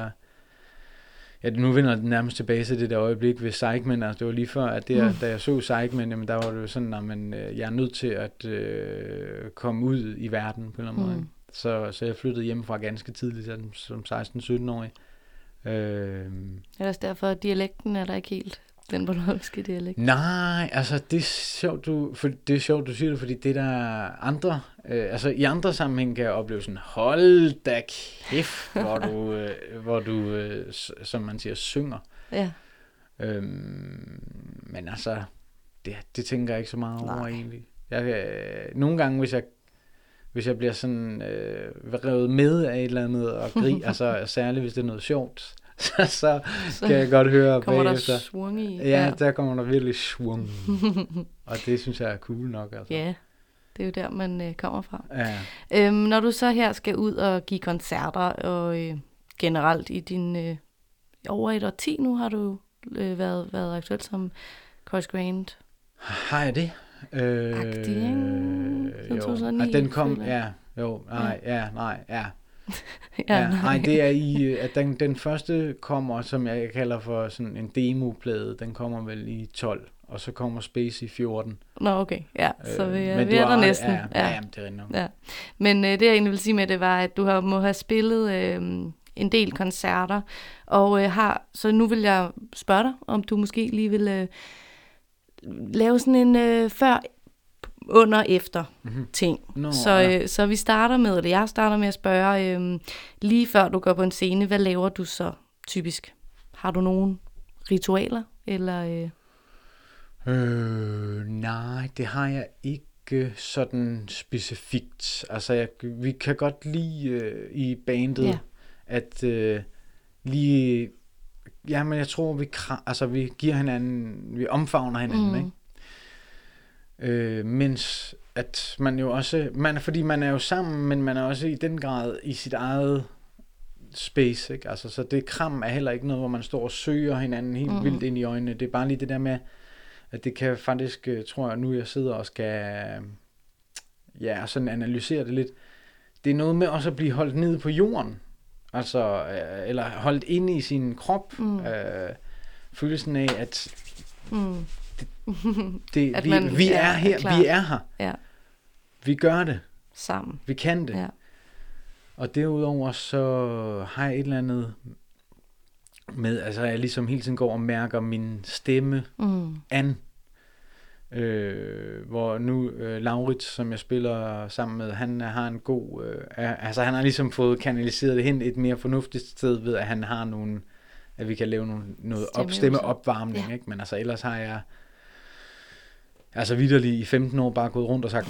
Nu vender det nærmest tilbage til det der øjeblik ved Psychman. Altså det var lige før, at da jeg så Psychman, jamen der var det jo sådan, at jeg er nødt til at komme ud i verden på en eller anden måde. Så jeg flyttede hjemmefra ganske tidligt, som 16-17-årig. Er det også derfor, at dialekten er der ikke helt den bornholmske dialekt? Nej, altså det er sjovt, du siger det, fordi det der andre, altså i andre sammenhæng kan jeg opleve sådan, hold da kæft, hvor du som man siger, synger. Ja. Men altså, det tænker jeg ikke så meget over egentlig. Nogle gange, hvis jeg bliver sådan revet med af et eller andet og altså særligt hvis det er noget sjovt, så kan jeg godt høre kommer bagefter. Der swung i. Ja, der kommer der virkelig swung. Og det synes jeg er cool nok. Altså. Ja, Det er jo der, man kommer fra. Ja. Når du så her skal ud og give koncerter, og generelt i din over et årti nu, har du været aktuel som Chorus Grand. Har jeg det? Agtig, ikke? Jo. 2009, At den kom, føler jeg. ja. Jo, nej, ja, nej, ja. Ja, Nej, det er i, at den første kommer, som jeg kalder for sådan en demoplade, den kommer vel i 12, og så kommer Space i 14. Nå, okay. Ja, så vi er der ret, næsten. Ja, det er rigtigt nok. Ja. Men det, jeg egentlig vil sige med det, var, at du må have spillet en del koncerter, og så nu vil jeg spørge dig, om du måske lige vil lave sådan en før, under, efter ting. Nå, Så vi starter med, eller jeg starter med at spørge, lige før du går på en scene, hvad laver du så typisk? Har du nogle ritualer, eller... Nej, det har jeg ikke sådan specifikt. Altså, vi kan godt lide i bandet, at lige... Jamen, jeg tror, vi giver hinanden... Vi omfavner hinanden, ikke? Mens at man jo også... fordi man er jo sammen, men man er også i den grad i sit eget space, ikke? Altså, så det kram er heller ikke noget, hvor man står og søger hinanden helt vildt ind i øjnene. Det er bare lige det der med... at det kan faktisk, tror jeg, nu jeg sidder og skal sådan analysere det lidt. Det er noget med også at blive holdt nede på jorden. Altså, eller holdt inde i sin krop. Følelsen af, at, at vi er her. Klar. Vi er her. Ja. Vi gør det. Sammen. Vi kan det. Ja. Og derudover så har jeg et eller andet med, altså jeg ligesom hele tiden går og mærker min stemme an. Hvor nu Laurits, som jeg spiller sammen med, han har en god, han har ligesom fået kanaliseret det hen et mere fornuftigt sted ved, at han har nogle, at vi kan lave noget stemmeopvarmning, ikke? Men altså ellers har jeg vitterligt i 15 år bare gået rundt og sagt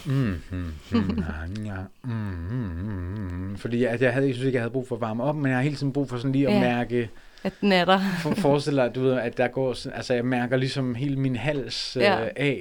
fordi jeg synes ikke, jeg havde brug for at varme op, men jeg har hele tiden brug for sådan lige at mærke, at den er der. Forestil dig, du ved, at der går, altså jeg mærker ligesom hele min hals af.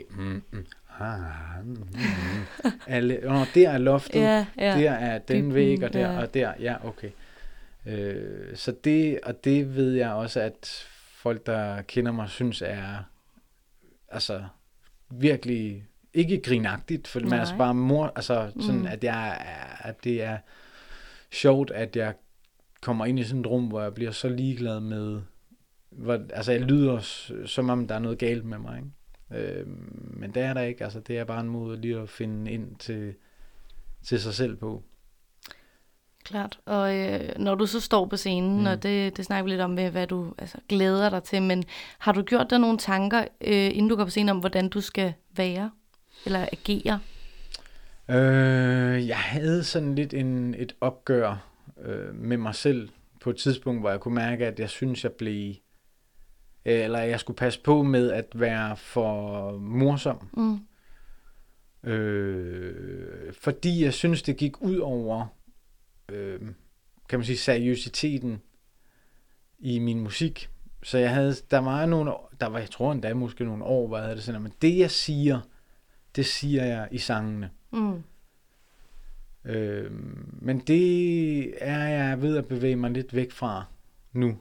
Der er loftet, der er den væg, og der, okay. Så det ved jeg også, at folk, der kender mig, synes er, altså virkelig ikke grinagtigt, for man er bare sådan, at det er sjovt, at jeg kommer ind i sådan et rum, hvor jeg bliver så ligeglad med, jeg lyder som om der er noget galt med mig, ikke? Men det er der ikke, altså det er bare en måde lige at finde ind til sig selv på. Klart, og når du så står på scenen, og det snakker vi lidt om, med, hvad du glæder dig til, men har du gjort dig nogle tanker, inden du går på scenen, om hvordan du skal være, eller agere? Jeg havde sådan lidt et opgør med mig selv på et tidspunkt, hvor jeg kunne mærke, at jeg synes, jeg skulle passe på med at være for morsom. Fordi jeg synes, det gik ud over kan man sige, seriøsiteten i min musik. Så jeg tror endda måske nogle år, hvor jeg havde det sådan, men det jeg siger, det siger jeg i sangene. Men det er jeg ved at bevæge mig lidt væk fra nu.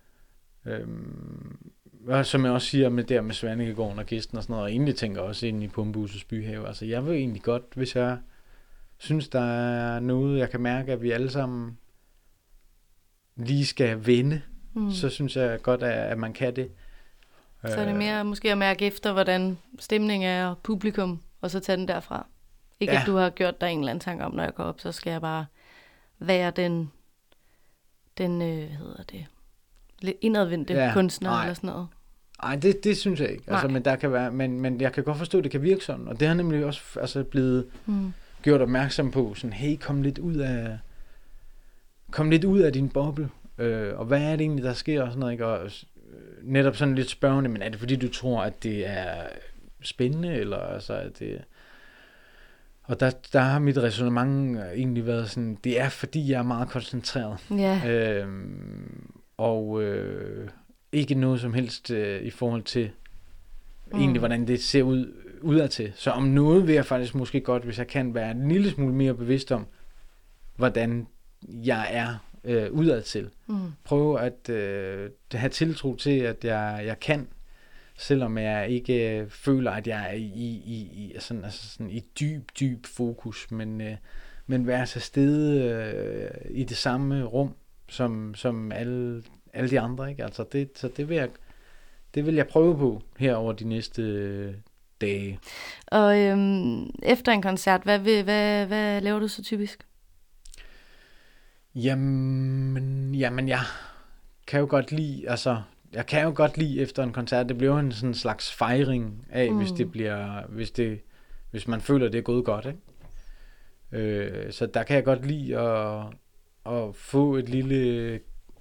Som jeg også siger med Svanekegården og Kisten og sådan noget, og egentlig tænker også ind i Pumpehusets Byhave. Altså jeg vil egentlig godt, hvis jeg synes, der er noget, jeg kan mærke, at vi alle sammen lige skal vende, så synes jeg godt, at man kan det. Så er det mere måske at mærke efter, hvordan stemningen er og publikum, og så tage den derfra. Ikke at du har gjort dig en eller anden tanke om, når jeg går op, så skal jeg bare være den lidt indadvendte kunstner eller sådan noget. Nej, det synes jeg ikke. Altså, men der kan være, men jeg kan godt forstå, at det kan virke sådan, og det har nemlig også blevet gjort opmærksom på, sådan, hey, kom lidt ud af din boble, og hvad er det egentlig, der sker, og sådan noget, ikke? Og netop sådan lidt spørgende, men er det fordi, du tror, at det er spændende, eller altså, at det... Og der har mit ræsonnement egentlig været sådan, det er fordi, jeg er meget koncentreret. Yeah. Og ikke noget som helst i forhold til egentlig, hvordan det ser ud udadtil. Så om noget vil jeg faktisk måske godt, hvis jeg kan være en lille smule mere bevidst om, hvordan jeg er udadtil. Prøve at have tiltro til, at jeg kan, selvom jeg ikke føler, at jeg er i dyb fokus, men være til stede i det samme rum, som alle de andre, ikke? Altså det vil jeg prøve på her over de næste dage. Og efter en koncert, hvad laver du så typisk? Jamen, jeg kan jo godt lide, efter en koncert, det bliver jo en sådan slags fejring af, hvis man føler, det er gået godt, ikke? Så der kan jeg godt lide at få et lille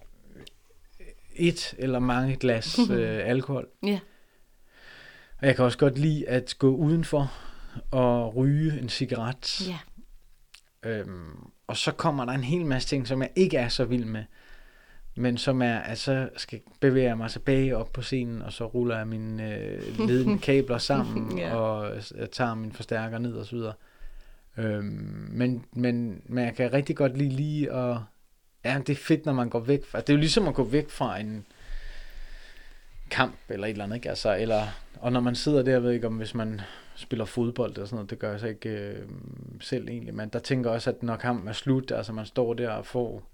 eller mange glas alkohol. Ja. Og jeg kan også godt lide at gå udenfor og ryge en cigaret. Ja. Og så kommer der en hel masse ting, som jeg ikke er så vild med, men som er, at så skal bevæge jeg mig tilbage op på scenen, og så ruller jeg mine ledende kabler sammen, og jeg tager min forstærker ned og så videre. Men jeg kan rigtig godt lide lige at... Ja, det er fedt, når man går væk fra... Det er jo ligesom at gå væk fra en kamp eller et eller andet, ikke? Altså, og når man sidder der, ved ikke om hvis man spiller fodbold eller sådan noget, det gør jeg så ikke selv egentlig, men der tænker også, at når kampen er slut, altså man står der og får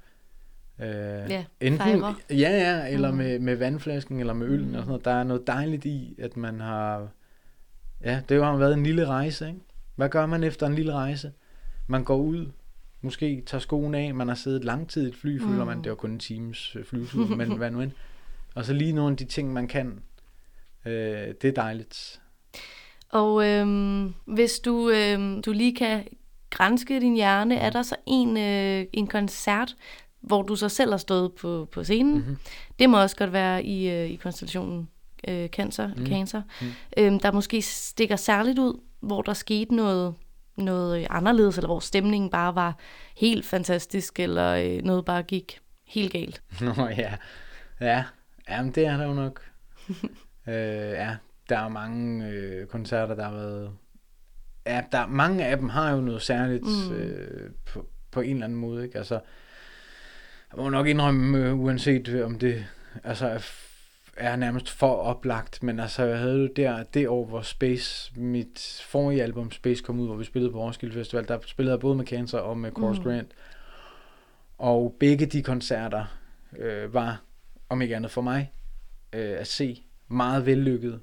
enten eller med vandflasken eller med øllen og sådan noget, der er noget dejligt i, at man har... Ja, det har været en lille rejse, ikke? Hvad gør man efter en lille rejse? Man går ud, måske tager skoene af, man har siddet lang tid i et fly, føler man, det var kun en times flytur, men hvad nu end. Og så lige nogle af de ting, man kan, det er dejligt. Og hvis du lige kan granske din hjerne, er der så en koncert, hvor du så selv har stået på scenen? Mm-hmm. Det må også godt være i konstellationen Cancer, der måske stikker særligt ud, hvor der skete noget anderledes, eller hvor stemningen bare var helt fantastisk, eller noget bare gik helt galt. Nå ja, men det er der jo nok. Der er mange koncerter, der har været... Ja, mange af dem har jo noget særligt på en eller anden måde, ikke? Altså, jeg må nok indrømme, uanset om det er nærmest for oplagt, men altså, jeg havde jo det år, hvor Space, mit forrige album Space kom ud, hvor vi spillede på Roskilde Festival, der spillede jeg både med Cancer og med Chorus Grant, og begge de koncerter var, om ikke andet for mig, at se meget vellykket.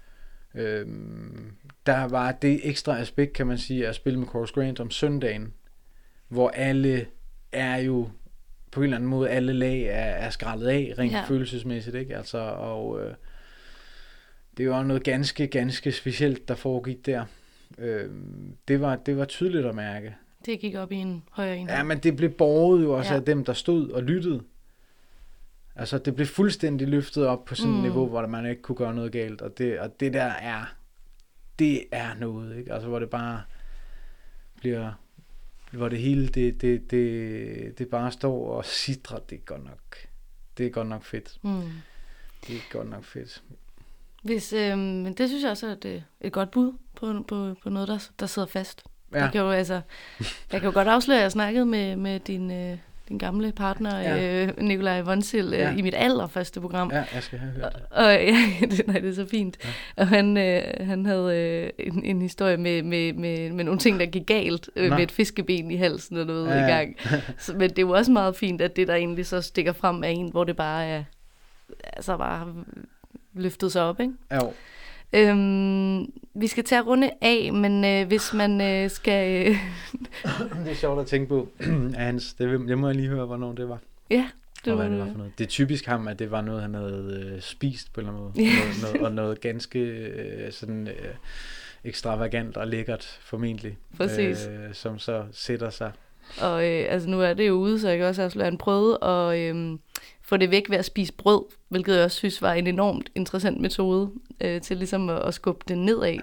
Der var det ekstra aspekt, kan man sige, at spille med Chorus Grant om søndagen, hvor alle er jo på en eller anden måde, alle lag er skrællet af, rent følelsesmæssigt, ikke? Altså, og det var noget ganske specielt, der foregik der. Det var tydeligt at mærke. Det gik op i en højere enhed. Ja, men det blev båret jo også af dem, der stod og lyttede. Altså, det blev fuldstændig løftet op på sådan et niveau, hvor man ikke kunne gøre noget galt, og det der er noget, ikke? Altså, hvor det bare bliver... hvor det hele, det bare står og sidrer, det er godt nok fedt. Det er godt nok fedt. Men det synes jeg også er et godt bud på noget, der sidder fast. Ja. Jeg kan jo godt afsløre, at jeg snakkede med din gamle partner, Nikolaj Vonsil, i mit allerførste program. Ja, jeg skal have hørt det. Og det er så fint. Ja. Og han havde en historie med nogle ting, der gik galt, med et fiskeben i halsen og noget i gang. Men det er jo også meget fint, at det der egentlig så stikker frem af en, hvor det bare er bare løftet sig op, ikke? Jo. Vi skal til at runde af, men hvis man skal... Det er sjovt at tænke på, Hans. Det må jeg lige høre, hvornår det var. Ja, det var noget. Det er typisk ham, at det var noget, han havde spist på en eller anden måde. Og noget ganske ekstravagant og lækkert, formentlig. Præcis. Som så sætter sig. Og nu er det jo ude, så jeg kan også afsløre, han prøvede at få det væk ved at spise brød, hvilket jeg også synes var en enormt interessant metode til ligesom at skubbe det nedad.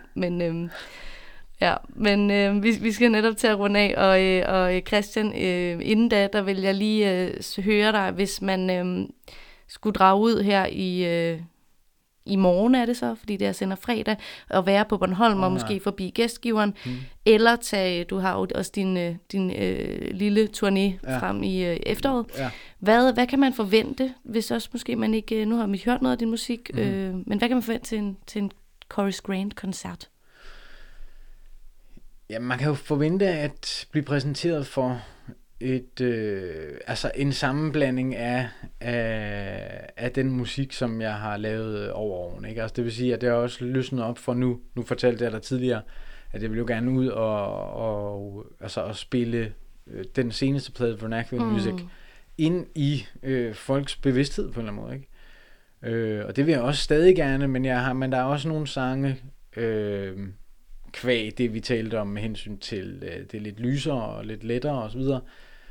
Men vi skal netop til at runde af, og Christian, inden da, der vil jeg lige høre dig, hvis man skulle drage ud her i i morgen er det så, fordi det er sender fredag, og være på Bornholm og måske forbi gæstgiveren, eller tage, du har jo også din lille turné frem i efteråret. Ja. Hvad kan man forvente, hvis også måske man ikke, nu har vi hørt noget af din musik, men hvad kan man forvente til en Corys Grant-koncert? Ja, man kan jo forvente at blive præsenteret for en sammenblanding af den musik, som jeg har lavet over årene. Ikke? Altså, det vil sige, at det er også løsnet op for nu. Nu fortalte jeg dig tidligere, at jeg vil jo gerne ud og spille den seneste plade, Vernacular Music, ind i folks bevidsthed på en eller anden måde. Ikke? Og det vil jeg også stadig gerne, men der er også nogle sange, kvæg det vi talte om med hensyn til det lidt lysere og lidt lettere og så videre,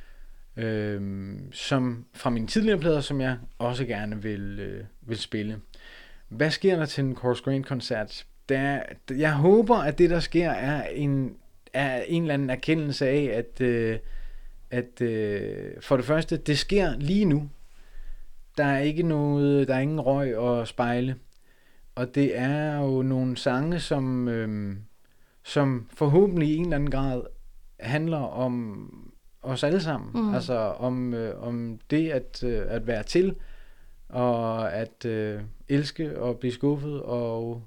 som fra mine tidligere plader, som jeg også gerne vil spille. Hvad sker der til en Corys Grant-koncert? Jeg håber, at det der sker er en eller anden erkendelse af, at for det første, det sker lige nu. Der er ingen røg og spejle. Og det er jo nogle sange, som forhåbentlig i en eller anden grad handler om os alle sammen. Altså om det at være til, og at elske og blive skuffet, og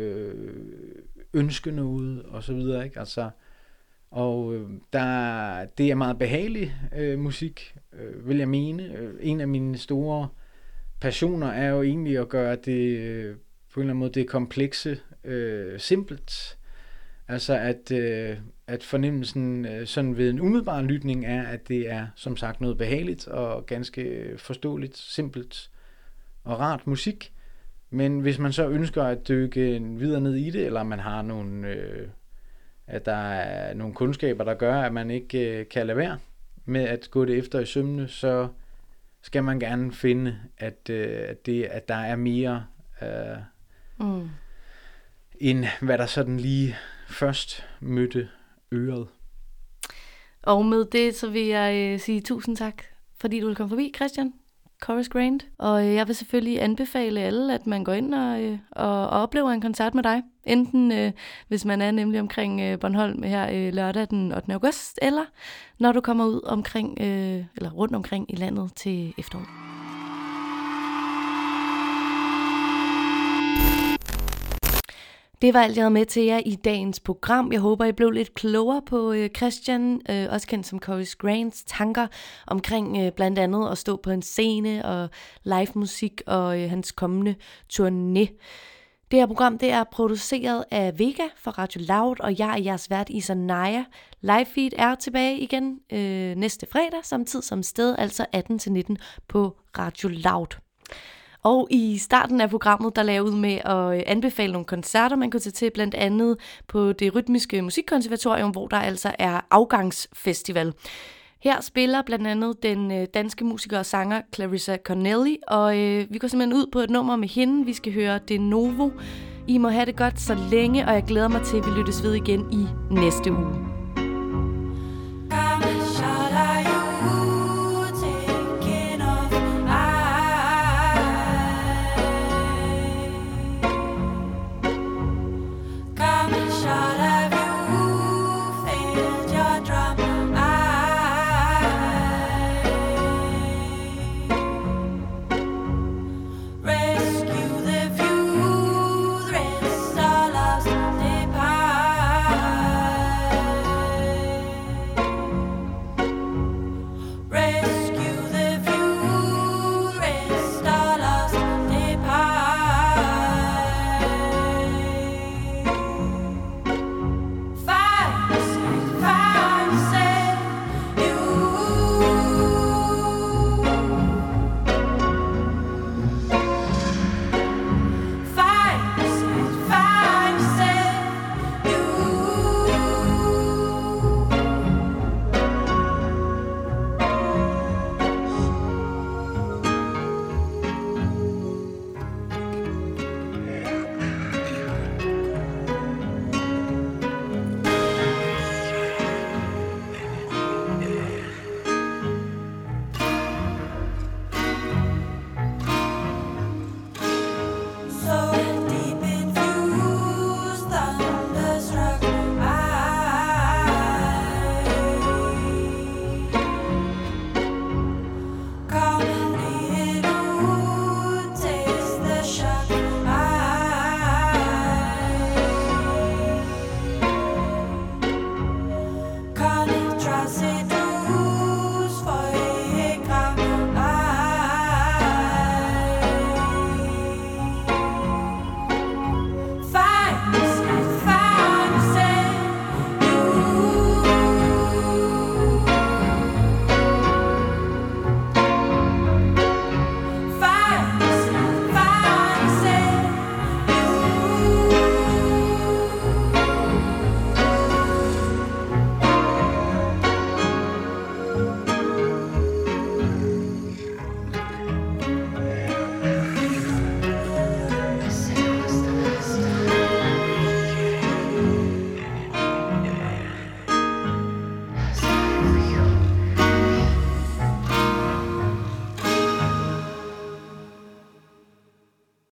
ønske noget, og så videre. Ikke? Altså, og det er meget behagelig musik, vil jeg mene. En af mine store passioner er jo egentlig at gøre det på en eller anden måde det komplekse simpelt. Altså at fornemmelsen sådan ved en umiddelbar lytning er, at det er som sagt noget behageligt og ganske forståeligt, simpelt og rart musik. Men hvis man så ønsker at dykke videre ned i det, eller man har at der er nogle kundskaber, der gør, at man ikke kan lade være med at gå det efter i sømmene, så skal man gerne finde, at der er mere end hvad der sådan lige først mødte øret. Og med det, så vil jeg sige tusind tak, fordi du vil komme forbi, Christian, Corys Grant. Og jeg vil selvfølgelig anbefale alle, at man går ind og oplever en koncert med dig. Enten hvis man er nemlig omkring Bornholm her lørdag den 8. august, eller når du kommer ud eller rundt omkring i landet til efteråret. Det var alt, jeg havde med til jer i dagens program. Jeg håber, I blev lidt klogere på Christian, også kendt som Corys Grants tanker omkring blandt andet at stå på en scene og live musik og hans kommende turné. Det her program det er produceret af Vega for Radio Loud, og jeg er jeres vært Isa Naya. Live feed er tilbage igen næste fredag, samtidig som sted, altså 18-19 på Radio Loud. Og i starten af programmet, der lavede jeg ud med at anbefale nogle koncerter, man kunne tage til, blandt andet på Det Rytmiske Musikkonservatorium, hvor der altså er afgangsfestival. Her spiller blandt andet den danske musiker og sanger Clarissa Connelly, og vi går simpelthen ud på et nummer med hende. Vi skal høre De Novo. I må have det godt så længe, og jeg glæder mig til, at vi lyttes ved igen i næste uge.